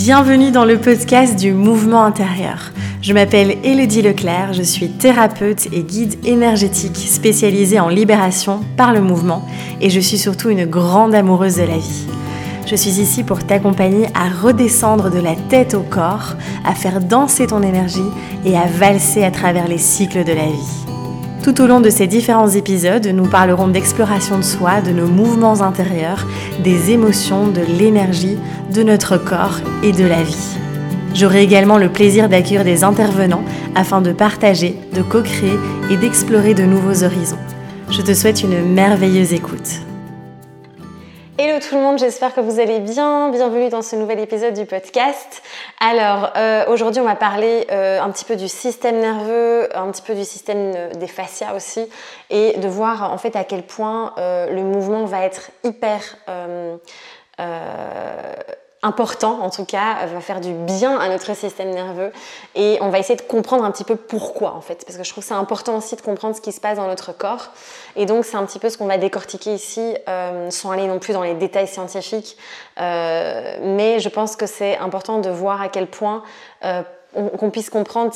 Bienvenue dans le podcast du mouvement intérieur. Je m'appelle Élodie Leclerc, je suis thérapeute et guide énergétique spécialisée en libération par le mouvement et je suis surtout une grande amoureuse de la vie. Je suis ici pour t'accompagner à redescendre de la tête au corps, à faire danser ton énergie et à valser à travers les cycles de la vie. Tout au long de ces différents épisodes, nous parlerons d'exploration de soi, de nos mouvements intérieurs, des émotions, de l'énergie, de notre corps et de la vie. J'aurai également le plaisir d'accueillir des intervenants afin de partager, de co-créer et d'explorer de nouveaux horizons. Je te souhaite une merveilleuse écoute. Hello tout le monde, j'espère que vous allez bien. Bienvenue dans ce nouvel épisode du podcast. Alors aujourd'hui on va parler un petit peu du système nerveux, un petit peu du système des fascias aussi et de voir en fait à quel point le mouvement va être hyper important, en tout cas, va faire du bien à notre système nerveux et on va essayer de comprendre un petit peu pourquoi en fait, parce que je trouve que c'est important aussi de comprendre ce qui se passe dans notre corps et donc c'est un petit peu ce qu'on va décortiquer ici sans aller non plus dans les détails scientifiques mais je pense que c'est important de voir à quel point qu'on puisse comprendre,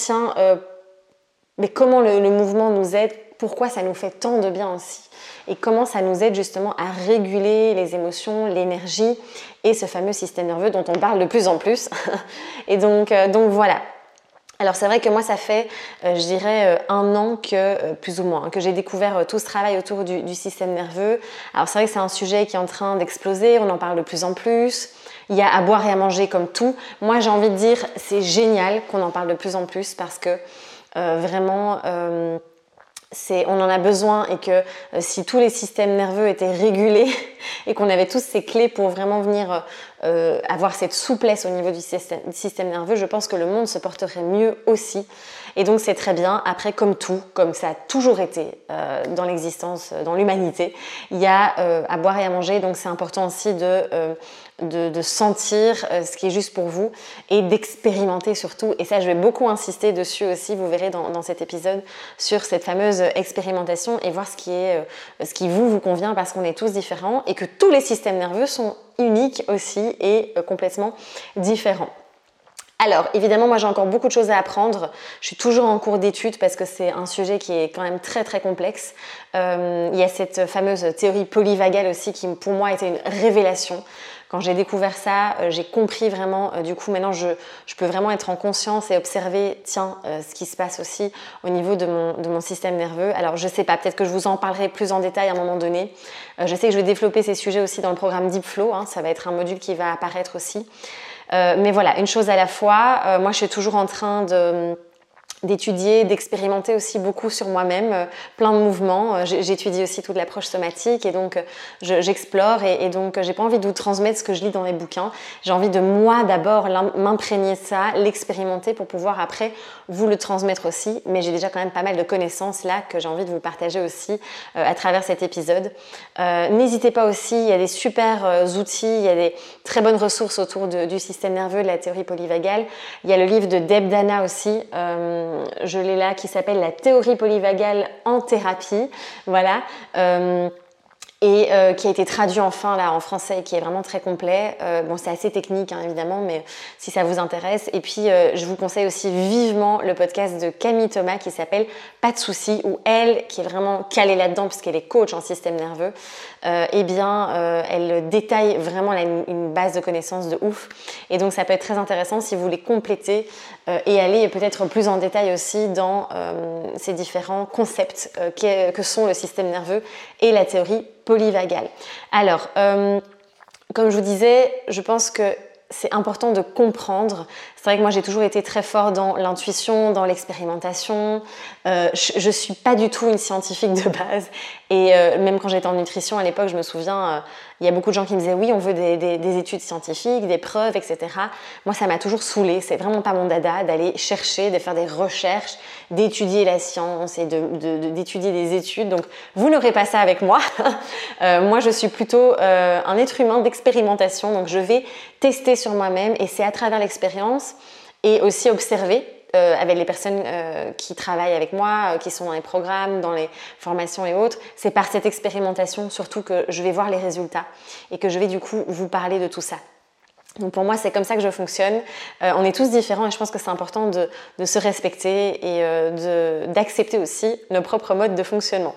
mais comment le mouvement nous aide, pourquoi ça nous fait tant de bien aussi et comment ça nous aide justement à réguler les émotions, l'énergie et ce fameux système nerveux dont on parle de plus en plus. Et donc voilà. Alors c'est vrai que moi ça fait, je dirais, 1 an que, plus ou moins, que j'ai découvert tout ce travail autour du système nerveux. Alors c'est vrai que c'est un sujet qui est en train d'exploser, on en parle de plus en plus. Il y a à boire et à manger comme tout. Moi j'ai envie de dire, c'est génial qu'on en parle de plus en plus parce que vraiment... on en a besoin et que si tous les systèmes nerveux étaient régulés et qu'on avait tous ces clés pour vraiment venir avoir cette souplesse au niveau du système nerveux, je pense que le monde se porterait mieux aussi. Et donc c'est très bien. Après, comme tout, comme ça a toujours été dans l'existence, dans l'humanité, il y a à boire et à manger. Donc c'est important aussi de sentir ce qui est juste pour vous et d'expérimenter surtout. Et ça, je vais beaucoup insister dessus aussi, vous verrez dans cet épisode, sur cette fameuse expérimentation et voir ce qui vous convient parce qu'on est tous différents et que tous les systèmes nerveux sont uniques aussi et complètement différents. Alors, évidemment, moi j'ai encore beaucoup de choses à apprendre. Je suis toujours en cours d'étude parce que c'est un sujet qui est quand même très très complexe. Il y a cette fameuse théorie polyvagale aussi qui pour moi était une révélation. Quand j'ai découvert ça, j'ai compris vraiment, du coup maintenant je peux vraiment être en conscience et observer, ce qui se passe aussi au niveau de mon système nerveux. Alors je sais pas, peut-être que je vous en parlerai plus en détail à un moment donné. Je sais que je vais développer ces sujets aussi dans le programme Deep Flow, ça va être un module qui va apparaître aussi. Mais voilà, une chose à la fois. Moi je suis toujours en train d'étudier, d'expérimenter aussi beaucoup sur moi-même, plein de mouvements. J'étudie aussi toute l'approche somatique et donc j'explore et donc j'ai pas envie de vous transmettre ce que je lis dans les bouquins. J'ai envie de moi d'abord m'imprégner de ça, l'expérimenter pour pouvoir après vous le transmettre aussi. Mais j'ai déjà quand même pas mal de connaissances là que j'ai envie de vous partager aussi à travers cet épisode. N'hésitez pas aussi, il y a des super outils, il y a des très bonnes ressources autour du système nerveux, de la théorie polyvagale. Il y a le livre de Deb Dana aussi, je l'ai là, qui s'appelle La théorie polyvagale en thérapie, voilà, et qui a été traduit enfin là en français et qui est vraiment très complet. Bon, c'est assez technique évidemment, mais si ça vous intéresse. Et puis je vous conseille aussi vivement le podcast de Camille Thomas qui s'appelle Pas de soucis, où elle, qui est vraiment calée là-dedans puisqu'elle est coach en système nerveux, elle détaille vraiment une base de connaissances de ouf. Et donc ça peut être très intéressant si vous voulez compléter et aller peut-être plus en détail aussi dans ces différents concepts que sont le système nerveux et la théorie polyvagale. Alors, comme je vous disais, je pense que c'est important de comprendre. C'est vrai que moi j'ai toujours été très fort dans l'intuition, dans l'expérimentation. Je suis pas du tout une scientifique de base et même quand j'étais en nutrition à l'époque, je me souviens, il y a beaucoup de gens qui me disaient oui, on veut des études scientifiques, des preuves, etc. Moi ça m'a toujours saoulée. C'est vraiment pas mon dada d'aller chercher, de faire des recherches, d'étudier la science et d'étudier des études. Donc vous n'aurez pas ça avec moi. Moi je suis plutôt un être humain d'expérimentation. Donc je vais tester sur moi-même et c'est à travers l'expérience et aussi observer avec les personnes qui travaillent avec moi, qui sont dans les programmes, dans les formations et autres. C'est par cette expérimentation surtout que je vais voir les résultats et que je vais du coup vous parler de tout ça. Donc pour moi, c'est comme ça que je fonctionne. On est tous différents et je pense que c'est important de se respecter et d'accepter aussi nos propres modes de fonctionnement.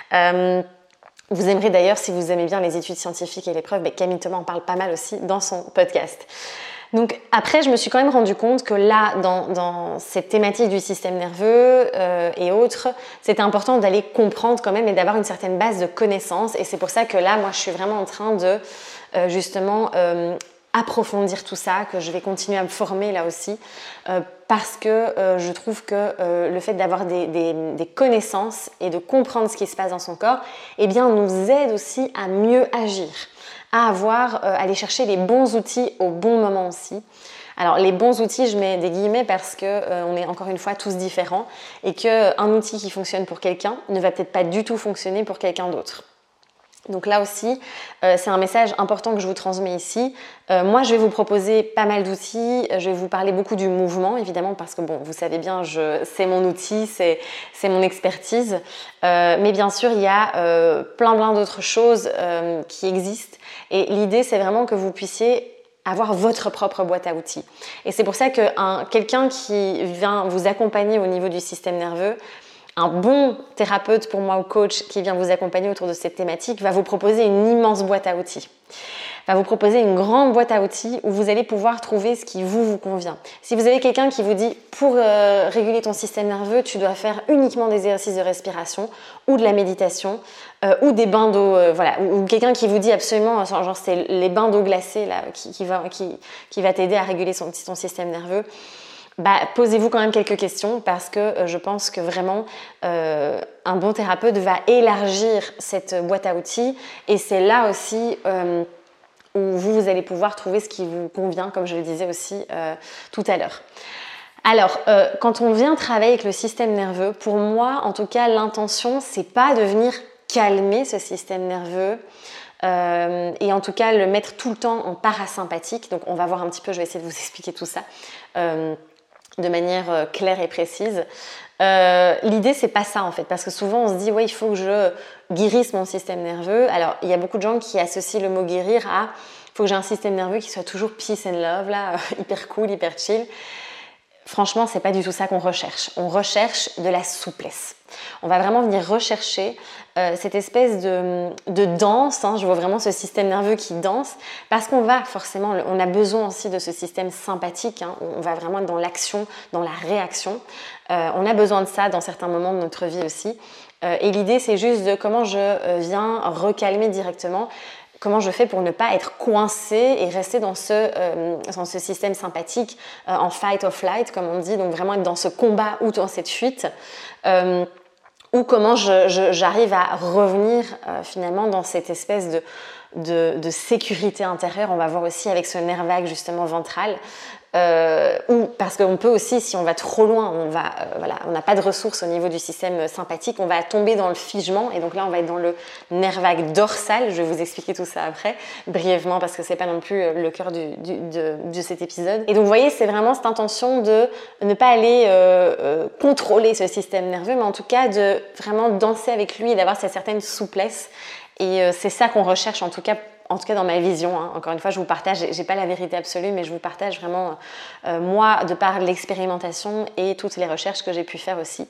Vous aimerez d'ailleurs, si vous aimez bien les études scientifiques et les preuves, Camille Thomas en parle pas mal aussi dans son podcast. Donc après, je me suis quand même rendu compte que là, dans cette thématique du système nerveux et autres, c'était important d'aller comprendre quand même et d'avoir une certaine base de connaissances. Et c'est pour ça que là, moi, je suis vraiment en train de justement approfondir tout ça, que je vais continuer à me former là aussi, parce que je trouve que le fait d'avoir des connaissances et de comprendre ce qui se passe dans son corps, eh bien, nous aide aussi à mieux agir, à aller chercher les bons outils au bon moment aussi. Alors les bons outils, je mets des guillemets parce que on est encore une fois tous différents et qu'un outil qui fonctionne pour quelqu'un ne va peut-être pas du tout fonctionner pour quelqu'un d'autre. Donc là aussi, c'est un message important que je vous transmets ici. Moi, je vais vous proposer pas mal d'outils. Je vais vous parler beaucoup du mouvement, évidemment, parce que bon, vous savez bien, c'est mon outil, c'est mon expertise. Mais bien sûr, il y a plein d'autres choses qui existent. Et l'idée, c'est vraiment que vous puissiez avoir votre propre boîte à outils. Et c'est pour ça que quelqu'un qui vient vous accompagner au niveau du système nerveux, un bon thérapeute pour moi ou coach qui vient vous accompagner autour de cette thématique va vous proposer une immense boîte à outils. Va vous proposer une grande boîte à outils où vous allez pouvoir trouver ce qui vous convient. Si vous avez quelqu'un qui vous dit pour réguler ton système nerveux, tu dois faire uniquement des exercices de respiration ou de la méditation ou des bains d'eau, ou quelqu'un qui vous dit absolument, genre c'est les bains d'eau glacée là, qui va t'aider à réguler ton système nerveux. Posez-vous quand même quelques questions parce que je pense que vraiment un bon thérapeute va élargir cette boîte à outils et c'est là aussi où vous allez pouvoir trouver ce qui vous convient, comme je le disais aussi tout à l'heure. Alors, quand on vient travailler avec le système nerveux, pour moi, en tout cas, l'intention, c'est pas de venir calmer ce système nerveux et en tout cas le mettre tout le temps en parasympathique. Donc, on va voir un petit peu, je vais essayer de vous expliquer tout ça. De manière claire et précise. L'idée, c'est pas ça en fait, parce que souvent on se dit ouais, il faut que je guérisse mon système nerveux. Alors, il y a beaucoup de gens qui associent le mot guérir à il faut que j'ai un système nerveux qui soit toujours peace and love, là, hyper cool, hyper chill. Franchement, c'est pas du tout ça qu'on recherche. On recherche de la souplesse. On va vraiment venir rechercher cette espèce de danse. Je vois vraiment ce système nerveux qui danse parce qu'on va forcément, on a besoin aussi de ce système sympathique. On va vraiment être dans l'action, dans la réaction. On a besoin de ça dans certains moments de notre vie aussi. Et l'idée, c'est juste de comment je viens recalmer directement. Comment je fais pour ne pas être coincée et rester dans ce système sympathique en fight or flight, comme on dit, donc vraiment être dans ce combat ou dans cette fuite, ou comment j'arrive à revenir finalement dans cette espèce de sécurité intérieure. On va voir aussi avec ce nerf vague justement ventral. Ou parce qu'on peut aussi, si on va trop loin, on n'a pas de ressources au niveau du système sympathique, on va tomber dans le figement et donc là on va être dans le nerf vague dorsal. Je vais vous expliquer tout ça après, brièvement, parce que c'est pas non plus le cœur de cet épisode. Et donc vous voyez, c'est vraiment cette intention de ne pas aller contrôler ce système nerveux, mais en tout cas de vraiment danser avec lui et d'avoir cette certaine souplesse. Et c'est ça qu'on recherche en tout cas dans ma vision. Encore une fois, je vous partage, j'ai pas la vérité absolue, mais je vous partage vraiment moi, de par l'expérimentation et toutes les recherches que j'ai pu faire aussi.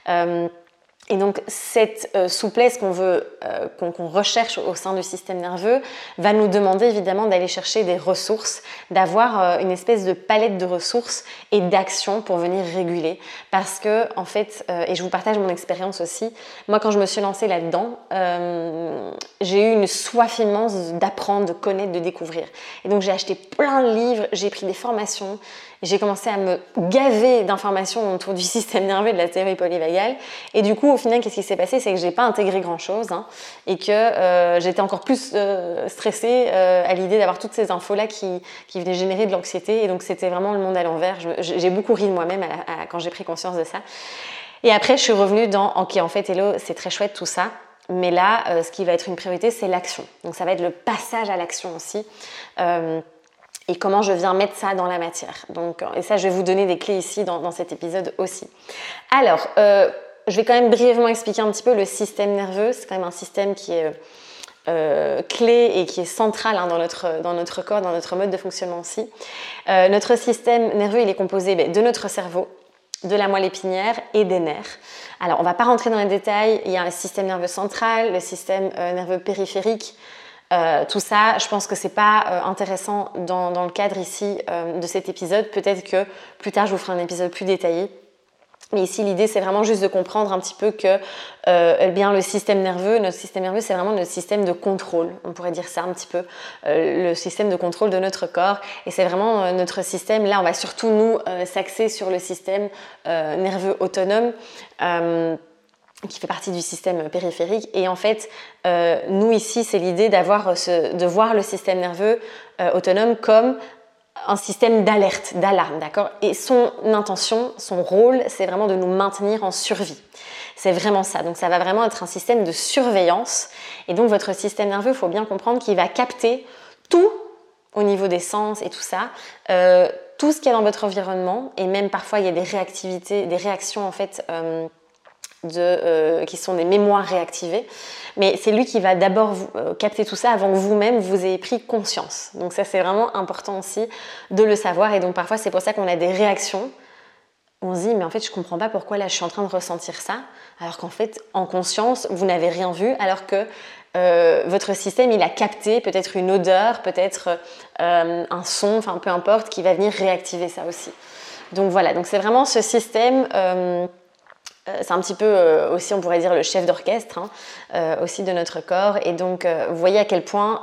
Et donc cette souplesse qu'on recherche au sein du système nerveux va nous demander évidemment d'aller chercher des ressources, d'avoir une espèce de palette de ressources et d'actions pour venir réguler. Parce que en fait, et je vous partage mon expérience aussi, moi quand je me suis lancée là-dedans, j'ai eu une soif immense d'apprendre, de connaître, de découvrir. Et donc j'ai acheté plein de livres, j'ai pris des formations, j'ai commencé à me gaver d'informations autour du système nerveux et de la théorie polyvagale. Et du coup, au final, qu'est-ce qui s'est passé? C'est que j'ai pas intégré grand-chose et que j'étais encore plus stressée à l'idée d'avoir toutes ces infos-là qui venaient générer de l'anxiété. Et donc, c'était vraiment le monde à l'envers. J'ai beaucoup ri de moi-même quand j'ai pris conscience de ça. Et après, je suis revenue dans « Ok, en fait, Hello, c'est très chouette tout ça. » Mais là, ce qui va être une priorité, c'est l'action. Donc, ça va être le passage à l'action aussi. Et comment je viens mettre ça dans la matière. Donc, et ça, je vais vous donner des clés ici dans cet épisode aussi. Alors, je vais quand même brièvement expliquer un petit peu le système nerveux. C'est quand même un système qui est clé et qui est centrale dans notre corps, dans notre mode de fonctionnement aussi. Notre système nerveux, il est composé de notre cerveau, de la moelle épinière et des nerfs. Alors, on ne va pas rentrer dans les détails. Il y a le système nerveux central, le système nerveux périphérique. Tout ça, je pense que c'est pas intéressant dans le cadre ici de cet épisode. Peut-être que plus tard, je vous ferai un épisode plus détaillé. Mais ici, l'idée, c'est vraiment juste de comprendre un petit peu que notre système nerveux, c'est vraiment notre système de contrôle. On pourrait dire ça un petit peu, le système de contrôle de notre corps. Et c'est vraiment notre système. Là, on va surtout, nous, s'axer sur le système nerveux autonome qui fait partie du système périphérique. Et en fait, nous, ici, c'est l'idée de voir le système nerveux autonome comme un système d'alerte, d'alarme, d'accord? Et son intention, son rôle, c'est vraiment de nous maintenir en survie. C'est vraiment ça. Donc, ça va vraiment être un système de surveillance. Et donc, votre système nerveux, il faut bien comprendre qu'il va capter tout au niveau des sens et tout ça, tout ce qu'il y a dans votre environnement. Et même parfois, il y a des réactions en fait qui sont des mémoires réactivées. Mais c'est lui qui va d'abord capter tout ça avant que vous-même vous ayez pris conscience. Donc ça, c'est vraiment important aussi de le savoir. Et donc parfois, c'est pour ça qu'on a des réactions. On se dit, mais en fait, je ne comprends pas pourquoi là, je suis en train de ressentir ça. Alors qu'en fait, en conscience, vous n'avez rien vu. Alors que votre système, il a capté peut-être une odeur, peut-être un son, enfin peu importe, qui va venir réactiver ça aussi. Donc voilà, donc c'est vraiment ce système... c'est un petit peu aussi, on pourrait dire, le chef d'orchestre aussi de notre corps. Et donc, vous voyez à quel point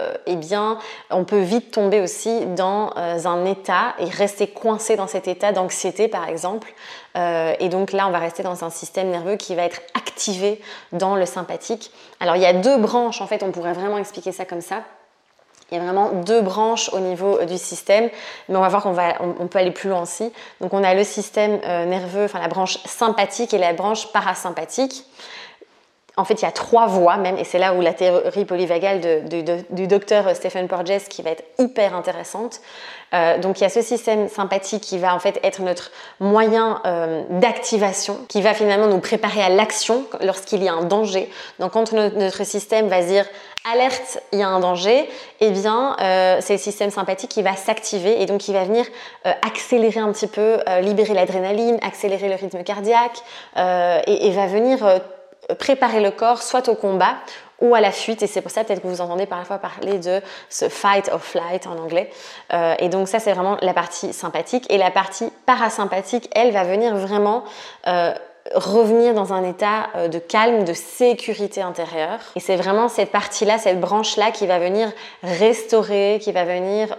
on peut vite tomber aussi dans un état et rester coincé dans cet état d'anxiété, par exemple. Et donc là, on va rester dans un système nerveux qui va être activé dans le sympathique. Alors, il y a deux branches, en fait, on pourrait vraiment expliquer ça comme ça. Il y a vraiment deux branches au niveau du système, mais on va voir qu'on peut aller plus loin aussi. Donc on a le système nerveux, enfin la branche sympathique et la branche parasympathique. En fait, il y a trois voies même, et c'est là où la théorie polyvagale du docteur Stephen Porges qui va être hyper intéressante. Donc il y a ce système sympathique qui va en fait être notre moyen d'activation, qui va finalement nous préparer à l'action lorsqu'il y a un danger. Donc quand notre système va se dire alerte, il y a un danger, eh bien c'est le système sympathique qui va s'activer et donc qui va venir accélérer un petit peu, libérer l'adrénaline, accélérer le rythme cardiaque et va venir préparer le corps soit au combat ou à la fuite, et c'est pour ça peut-être que vous entendez parfois parler de ce fight or flight en anglais. Et donc ça, c'est vraiment la partie sympathique. Et la partie parasympathique, elle, va venir vraiment revenir dans un état de calme, de sécurité intérieure. Et c'est vraiment cette partie-là, cette branche-là qui va venir restaurer, qui va venir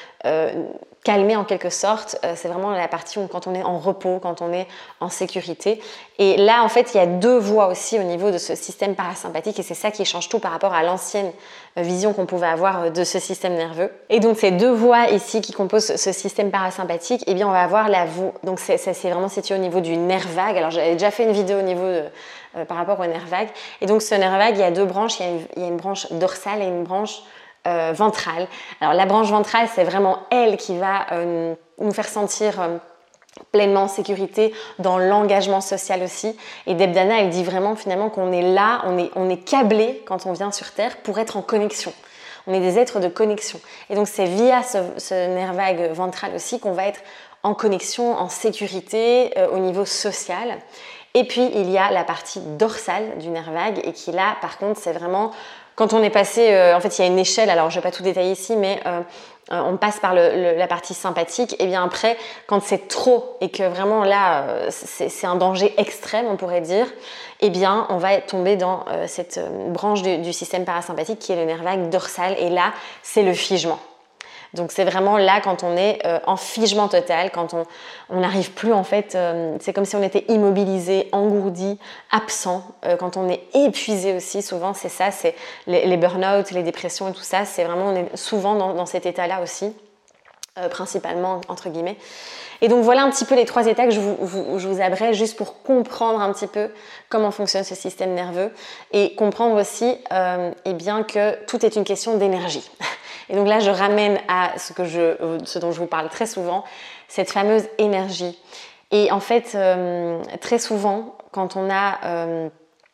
calmer en quelque sorte. C'est vraiment la partie où quand on est en repos, quand on est en sécurité. Et là, en fait, il y a deux voies aussi au niveau de ce système parasympathique et c'est ça qui change tout par rapport à l'ancienne vision qu'on pouvait avoir de ce système nerveux. Et donc, ces deux voies ici qui composent ce système parasympathique, eh bien, on va avoir la voie. Donc, c'est vraiment situé au niveau du nerf vague. Alors, j'avais déjà fait une vidéo au niveau par rapport au nerf vague. Et donc, ce nerf vague, il y a deux branches. Il y a une branche dorsale et une branche ventrale. Alors la branche ventrale, c'est vraiment elle qui va nous faire sentir pleinement en sécurité dans l'engagement social aussi. Et Deb Dana, elle dit vraiment finalement qu'on est là, on est câblé quand on vient sur Terre pour être en connexion. On est des êtres de connexion. Et donc c'est via ce nerf vague ventral aussi qu'on va être en connexion, en sécurité au niveau social. Et puis il y a la partie dorsale du nerf vague et qui là par contre c'est vraiment quand on est passé, en fait il y a une échelle, alors je ne vais pas tout détailler ici, mais on passe par la partie sympathique, et bien après quand c'est trop et que vraiment là c'est un danger extrême on pourrait dire, et bien on va tomber dans cette branche du système parasympathique qui est le nerf vague dorsal, et là c'est le figement. Donc c'est vraiment là quand on est en figement total, quand on n'arrive plus en fait, c'est comme si on était immobilisé, engourdi, absent, quand on est épuisé aussi, souvent c'est ça, c'est les burn-out, les dépressions et tout ça, c'est vraiment, on est souvent dans cet état-là aussi, principalement entre guillemets. Et donc voilà un petit peu les trois états que je vous abrège juste pour comprendre un petit peu comment fonctionne ce système nerveux et comprendre aussi eh bien que tout est une question d'énergie. Et donc là, je ramène à ce dont je vous parle très souvent, cette fameuse énergie. Et en fait, très souvent, quand on a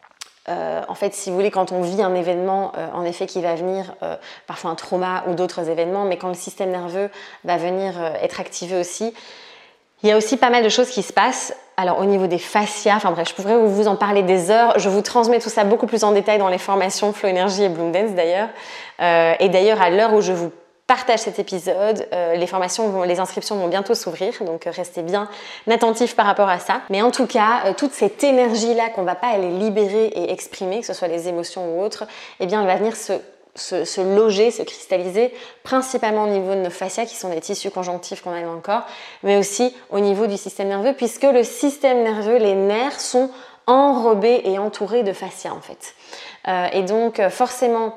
en fait, si vous voulez, quand on vit un événement, en effet, qui va venir, parfois un trauma ou d'autres événements, mais quand le système nerveux va venir être activé aussi, il y a aussi pas mal de choses qui se passent. Alors au niveau des fascias, enfin bref, je pourrais vous en parler des heures. Je vous transmets tout ça beaucoup plus en détail dans les formations Flow Energy et Bloom Dance d'ailleurs. Et d'ailleurs, à l'heure où je vous partage cet épisode, les inscriptions vont bientôt s'ouvrir, donc restez bien attentifs par rapport à ça. Mais en tout cas, toute cette énergie-là qu'on ne va pas aller libérer et exprimer, que ce soit les émotions ou autres, eh bien, elle va venir se loger, se cristalliser, principalement au niveau de nos fascias, qui sont des tissus conjonctifs qu'on a dans le corps, mais aussi au niveau du système nerveux, puisque le système nerveux, les nerfs, sont enrobés et entourés de fascias, en fait. Et donc, forcément,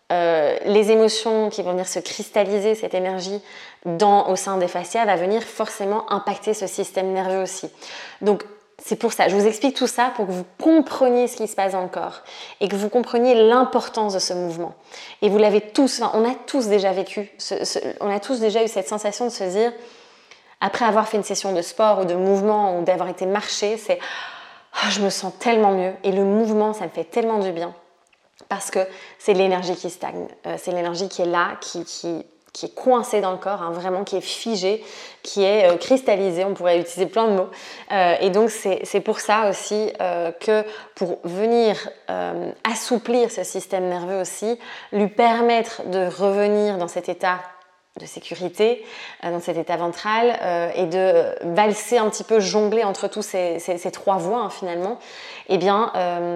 les émotions qui vont venir se cristalliser, cette énergie au sein des fascias, va venir forcément impacter ce système nerveux aussi. Donc, c'est pour ça, je vous explique tout ça pour que vous compreniez ce qui se passe dans le corps et que vous compreniez l'importance de ce mouvement. Et vous l'avez tous, on a tous déjà vécu, on a tous déjà eu cette sensation de se dire, après avoir fait une session de sport ou de mouvement ou d'avoir été marcher, c'est je me sens tellement mieux et le mouvement, ça me fait tellement du bien parce que c'est l'énergie qui stagne, c'est l'énergie qui est là, qui est coincé dans le corps, hein, vraiment qui est figé, qui est cristallisé, on pourrait utiliser plein de mots. Et donc c'est pour ça aussi que pour venir assouplir ce système nerveux aussi, lui permettre de revenir dans cet état de sécurité, dans cet état ventral et de valser un petit peu, jongler entre tous ces trois voies hein, finalement, eh bien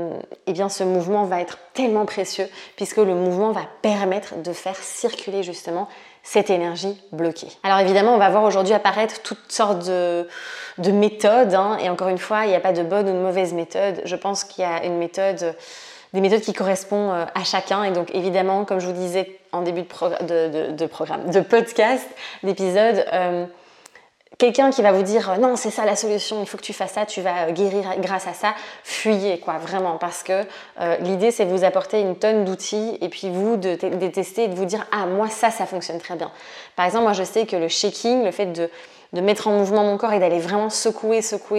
ce mouvement va être tellement précieux puisque le mouvement va permettre de faire circuler justement cette énergie bloquée. Alors évidemment, on va voir aujourd'hui apparaître toutes sortes de méthodes hein, et encore une fois, il n'y a pas de bonne ou de mauvaise méthode. Je pense qu'il y a des méthodes qui correspondent à chacun et donc évidemment, comme je vous disais en début de podcast, d'épisode, quelqu'un qui va vous dire non c'est ça la solution, il faut que tu fasses ça, tu vas guérir grâce à ça, fuyez quoi vraiment parce que l'idée c'est de vous apporter une tonne d'outils et puis vous de tester et de vous dire ah moi ça fonctionne très bien. Par exemple moi je sais que le shaking, le fait de mettre en mouvement mon corps et d'aller vraiment secouer,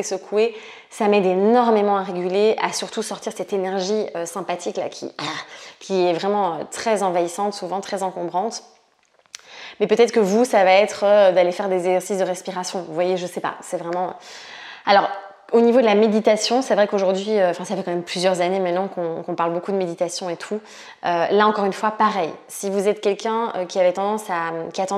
ça m'aide énormément à réguler, à surtout sortir cette énergie sympathique là qui est vraiment très envahissante, souvent très encombrante. Mais peut-être que vous, ça va être d'aller faire des exercices de respiration. Vous voyez, je sais pas, c'est vraiment... Alors, au niveau de la méditation, c'est vrai qu'aujourd'hui, ça fait quand même plusieurs années maintenant qu'on parle beaucoup de méditation et tout. Là, encore une fois, pareil. Si vous êtes quelqu'un qui a tendance à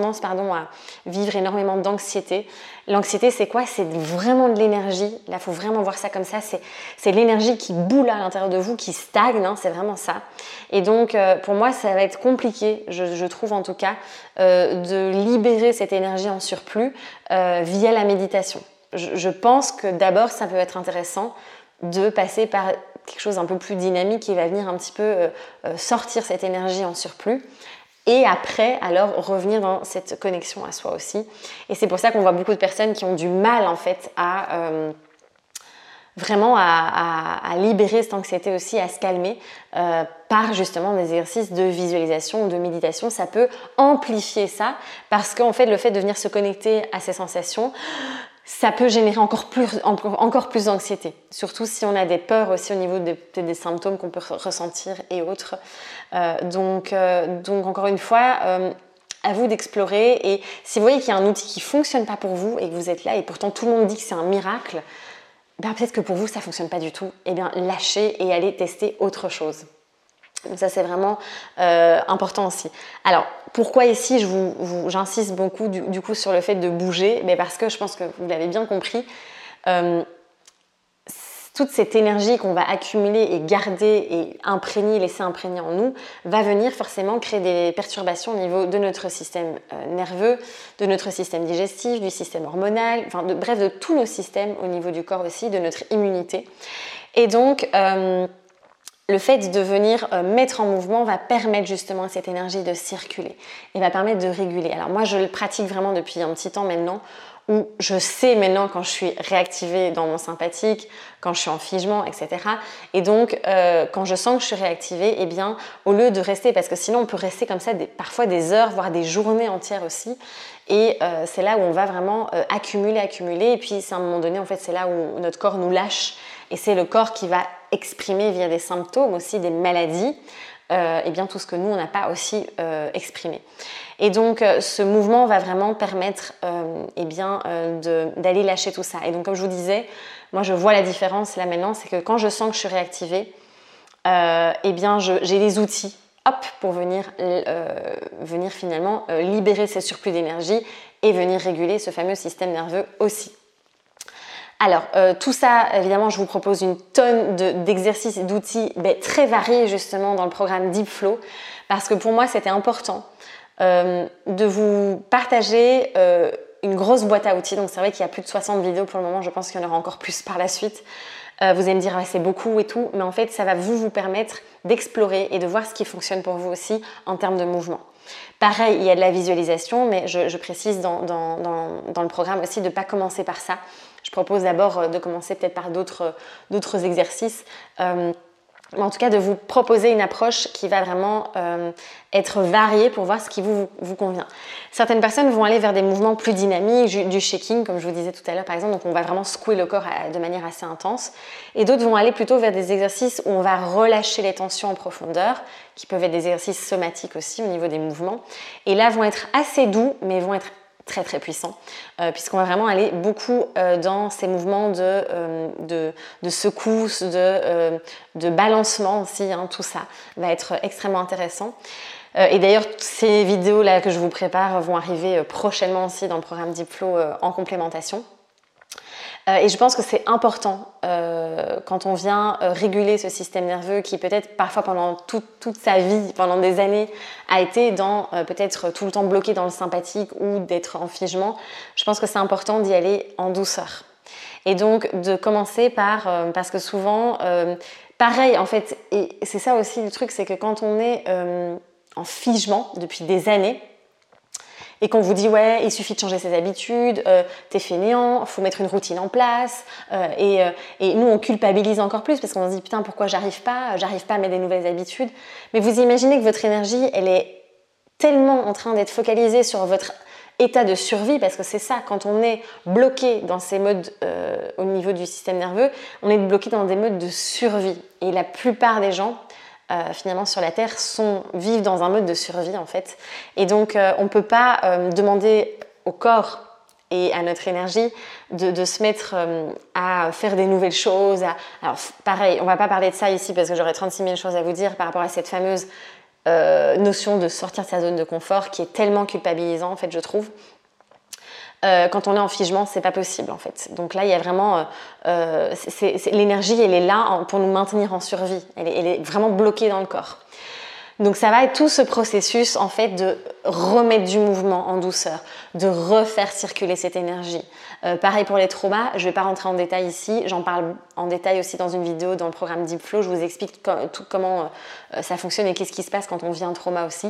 vivre énormément d'anxiété, l'anxiété, c'est quoi? C'est vraiment de l'énergie. Là, il faut vraiment voir ça comme ça. C'est l'énergie qui boule à l'intérieur de vous, qui stagne, hein, c'est vraiment ça. Et donc, pour moi, ça va être compliqué, je trouve en tout cas, de libérer cette énergie en surplus via la méditation. Je pense que d'abord, ça peut être intéressant de passer par quelque chose un peu plus dynamique qui va venir un petit peu sortir cette énergie en surplus et après, alors, revenir dans cette connexion à soi aussi. Et c'est pour ça qu'on voit beaucoup de personnes qui ont du mal, en fait, à libérer cette anxiété aussi, à se calmer par justement des exercices de visualisation ou de méditation. Ça peut amplifier ça parce qu'en fait, le fait de venir se connecter à ces sensations, ça peut générer encore plus d'anxiété, surtout si on a des peurs aussi au niveau des symptômes qu'on peut ressentir et autres. Donc encore une fois, à vous d'explorer et si vous voyez qu'il y a un outil qui ne fonctionne pas pour vous et que vous êtes là et pourtant tout le monde dit que c'est un miracle, ben peut-être que pour vous ça ne fonctionne pas du tout, et bien lâchez et allez tester autre chose. Donc ça c'est vraiment important aussi. Alors pourquoi ici j'insiste beaucoup du coup sur le fait de bouger? Mais parce que je pense que vous l'avez bien compris, toute cette énergie qu'on va accumuler et garder et laisser imprégner en nous va venir forcément créer des perturbations au niveau de notre système nerveux, de notre système digestif, du système hormonal, bref de tous nos systèmes au niveau du corps aussi, de notre immunité. Et donc le fait de venir mettre en mouvement va permettre justement à cette énergie de circuler et va permettre de réguler. Alors moi, je le pratique vraiment depuis un petit temps maintenant où je sais maintenant quand je suis réactivée dans mon sympathique, quand je suis en figement, etc. Et donc, quand je sens que je suis réactivée, eh bien, au lieu de rester, parce que sinon on peut rester comme ça parfois des heures, voire des journées entières aussi, et c'est là où on va vraiment accumuler, et puis c'est à un moment donné, en fait, c'est là où notre corps nous lâche, et c'est le corps qui va exprimer via des symptômes aussi, des maladies, et bien tout ce que nous, on n'a pas aussi exprimé. Et donc, ce mouvement va vraiment permettre d'aller lâcher tout ça. Et donc, comme je vous disais, moi, je vois la différence là maintenant, c'est que quand je sens que je suis réactivée, j'ai les outils pour venir finalement libérer ces surplus d'énergie et venir réguler ce fameux système nerveux aussi. Alors, tout ça, évidemment, je vous propose une tonne d'exercices et d'outils très variés justement dans le programme Deep Flow, parce que pour moi, c'était important de vous partager une grosse boîte à outils. Donc, c'est vrai qu'il y a plus de 60 vidéos pour le moment, je pense qu'il y en aura encore plus par la suite. Vous allez me dire, c'est beaucoup et tout, mais en fait, ça va vous permettre d'explorer et de voir ce qui fonctionne pour vous aussi en termes de mouvement. Pareil, il y a de la visualisation, mais je précise dans le programme aussi de ne pas commencer par ça. Je propose d'abord de commencer peut-être par d'autres exercices. En tout cas, de vous proposer une approche qui va vraiment être variée pour voir ce qui vous convient. Certaines personnes vont aller vers des mouvements plus dynamiques, du shaking, comme je vous disais tout à l'heure par exemple, donc on va vraiment secouer le corps de manière assez intense. Et d'autres vont aller plutôt vers des exercices où on va relâcher les tensions en profondeur, qui peuvent être des exercices somatiques aussi au niveau des mouvements. Et là, vont être assez doux, mais vont être très très puissant, puisqu'on va vraiment aller beaucoup dans ces mouvements de secousse, de balancement aussi, tout ça va être extrêmement intéressant. Et d'ailleurs, ces vidéos là que je vous prépare vont arriver prochainement aussi dans le programme Deep Flow en complémentation. Et je pense que c'est important quand on vient réguler ce système nerveux qui peut-être parfois pendant toute sa vie, pendant des années, a été peut-être tout le temps bloqué dans le sympathique ou d'être en figement. Je pense que c'est important d'y aller en douceur. Et donc de commencer parce que souvent, pareil en fait, et c'est ça aussi le truc, c'est que quand on est en figement depuis des années, et qu'on vous dit ouais, il suffit de changer ses habitudes, t'es fainéant, faut mettre une routine en place, et nous on culpabilise encore plus parce qu'on se dit putain pourquoi j'arrive pas à mettre des nouvelles habitudes. Mais vous imaginez que votre énergie elle est tellement en train d'être focalisée sur votre état de survie, parce que c'est ça, quand on est bloqué dans ces modes au niveau du système nerveux, on est bloqué dans des modes de survie. Et la plupart des gens finalement sur la Terre vivent dans un mode de survie en fait. Et donc on ne peut pas demander au corps et à notre énergie de se mettre à faire des nouvelles choses. Alors pareil, on ne va pas parler de ça ici parce que j'aurais 36 000 choses à vous dire par rapport à cette fameuse notion de sortir de sa zone de confort qui est tellement culpabilisant en fait je trouve. Quand on est en figement, c'est pas possible en fait. Donc là, il y a vraiment l'énergie, elle est là pour nous maintenir en survie. Elle est vraiment bloquée dans le corps. Donc ça va être tout ce processus en fait de remettre du mouvement en douceur, de refaire circuler cette énergie. Pareil pour les traumas, je vais pas rentrer en détail ici, j'en parle en détail aussi dans une vidéo dans le programme Deep Flow, je vous explique comment ça fonctionne et qu'est-ce qui se passe quand on vit un trauma aussi.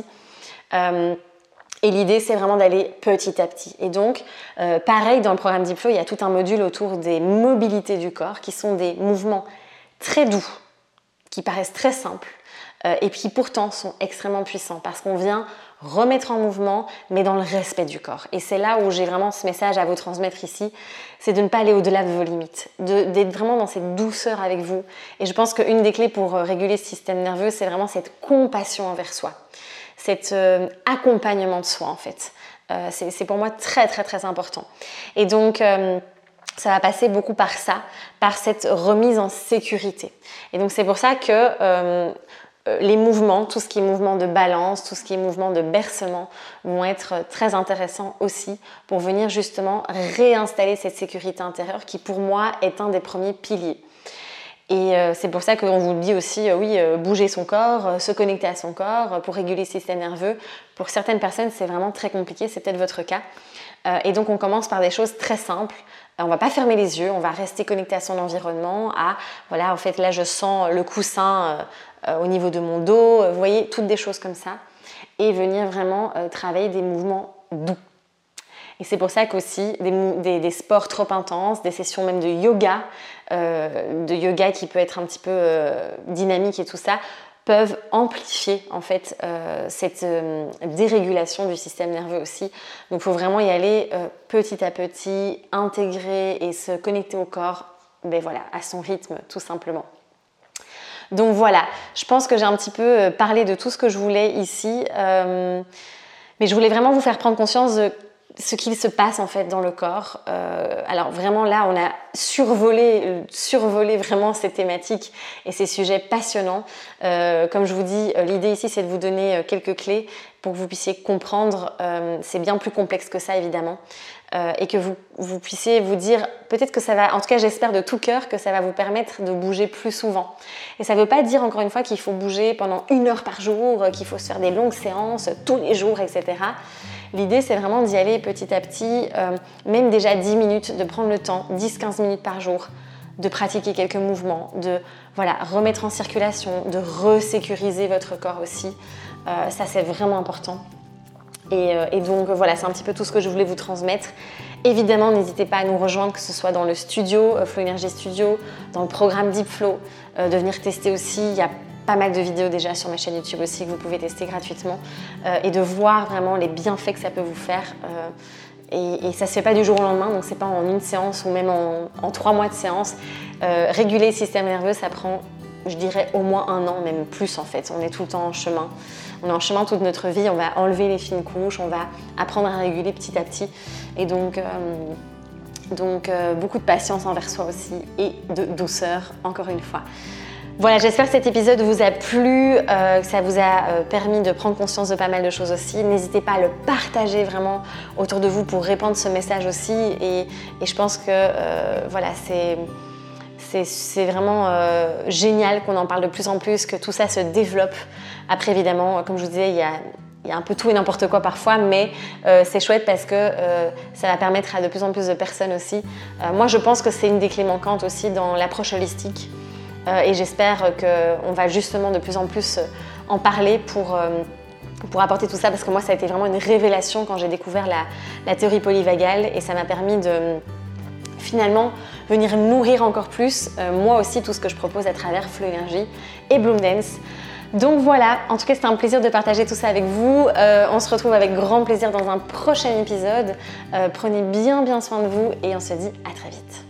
Et l'idée, c'est vraiment d'aller petit à petit. Et donc, pareil, dans le programme Deep Flow, il y a tout un module autour des mobilités du corps, qui sont des mouvements très doux, qui paraissent très simples, et qui pourtant sont extrêmement puissants, parce qu'on vient remettre en mouvement, mais dans le respect du corps. Et c'est là où j'ai vraiment ce message à vous transmettre ici, c'est de ne pas aller au-delà de vos limites, d'être vraiment dans cette douceur avec vous. Et je pense qu'une des clés pour réguler ce système nerveux, c'est vraiment cette compassion envers soi. Cet accompagnement de soi en fait. C'est pour moi très très très important. Et donc ça va passer beaucoup par ça, par cette remise en sécurité. Et donc c'est pour ça que les mouvements, tout ce qui est mouvement de balance, tout ce qui est mouvement de bercement vont être très intéressants aussi pour venir justement réinstaller cette sécurité intérieure qui pour moi est un des premiers piliers. Et c'est pour ça qu'on vous dit aussi, bouger son corps, se connecter à son corps pour réguler le système nerveux. Pour certaines personnes, c'est vraiment très compliqué, c'est peut-être votre cas. Et donc, on commence par des choses très simples. On ne va pas fermer les yeux, on va rester connecté à son environnement. Voilà, en fait, là, je sens le coussin au niveau de mon dos. Vous voyez, toutes des choses comme ça. Et venir vraiment travailler des mouvements doux. Et c'est pour ça qu'aussi des sports trop intenses, des sessions même de yoga qui peut être un petit peu dynamique et tout ça, peuvent amplifier en fait cette dérégulation du système nerveux aussi. Donc il faut vraiment y aller petit à petit, intégrer et se connecter au corps, à son rythme tout simplement. Donc voilà, je pense que j'ai un petit peu parlé de tout ce que je voulais ici, mais je voulais vraiment vous faire prendre conscience de ce qu'il se passe en fait dans le corps. Alors vraiment là, on a survolé vraiment ces thématiques et ces sujets passionnants. Comme je vous dis, l'idée ici c'est de vous donner quelques clés pour que vous puissiez comprendre. C'est bien plus complexe que ça évidemment. Et que vous puissiez vous dire, peut-être que ça va, en tout cas j'espère de tout cœur que ça va vous permettre de bouger plus souvent. Et ça ne veut pas dire encore une fois qu'il faut bouger pendant 1 heure par jour, qu'il faut se faire des longues séances tous les jours, etc. L'idée c'est vraiment d'y aller petit à petit, même déjà 10 minutes, de prendre le temps, 10-15 minutes par jour, de pratiquer quelques mouvements, de remettre en circulation, de resécuriser votre corps aussi. Ça c'est vraiment important. Et donc voilà, c'est un petit peu tout ce que je voulais vous transmettre. Évidemment, n'hésitez pas à nous rejoindre, que ce soit dans le studio, Flow Energy Studio, dans le programme Deep Flow, de venir tester aussi. Il y a pas mal de vidéos déjà sur ma chaîne YouTube aussi que vous pouvez tester gratuitement et de voir vraiment les bienfaits que ça peut vous faire. Et ça ne se fait pas du jour au lendemain, donc c'est pas en une séance ou même en 3 mois de séance. Réguler le système nerveux, ça prend, je dirais, au moins 1 an, même plus en fait. On est tout le temps en chemin. On est en chemin toute notre vie, on va enlever les fines couches, on va apprendre à réguler petit à petit. Et donc beaucoup de patience envers soi aussi et de douceur, encore une fois. Voilà, j'espère que cet épisode vous a plu, que ça vous a permis de prendre conscience de pas mal de choses aussi. N'hésitez pas à le partager vraiment autour de vous pour répandre ce message aussi. Et je pense que voilà, c'est vraiment génial qu'on en parle de plus en plus, que tout ça se développe. Après, évidemment, comme je vous disais, il y a un peu tout et n'importe quoi parfois, mais c'est chouette parce que ça va permettre à de plus en plus de personnes aussi. Moi, je pense que c'est une des clés manquantes aussi dans l'approche holistique. Et j'espère qu'on va justement de plus en plus en parler pour apporter tout ça, parce que moi, ça a été vraiment une révélation quand j'ai découvert la théorie polyvagale et ça m'a permis de finalement venir nourrir encore plus, moi aussi, tout ce que je propose à travers Flow Energy et Bloom Dance. Donc voilà, en tout cas c'était un plaisir de partager tout ça avec vous. On se retrouve avec grand plaisir dans un prochain épisode. Prenez bien soin de vous et on se dit à très vite.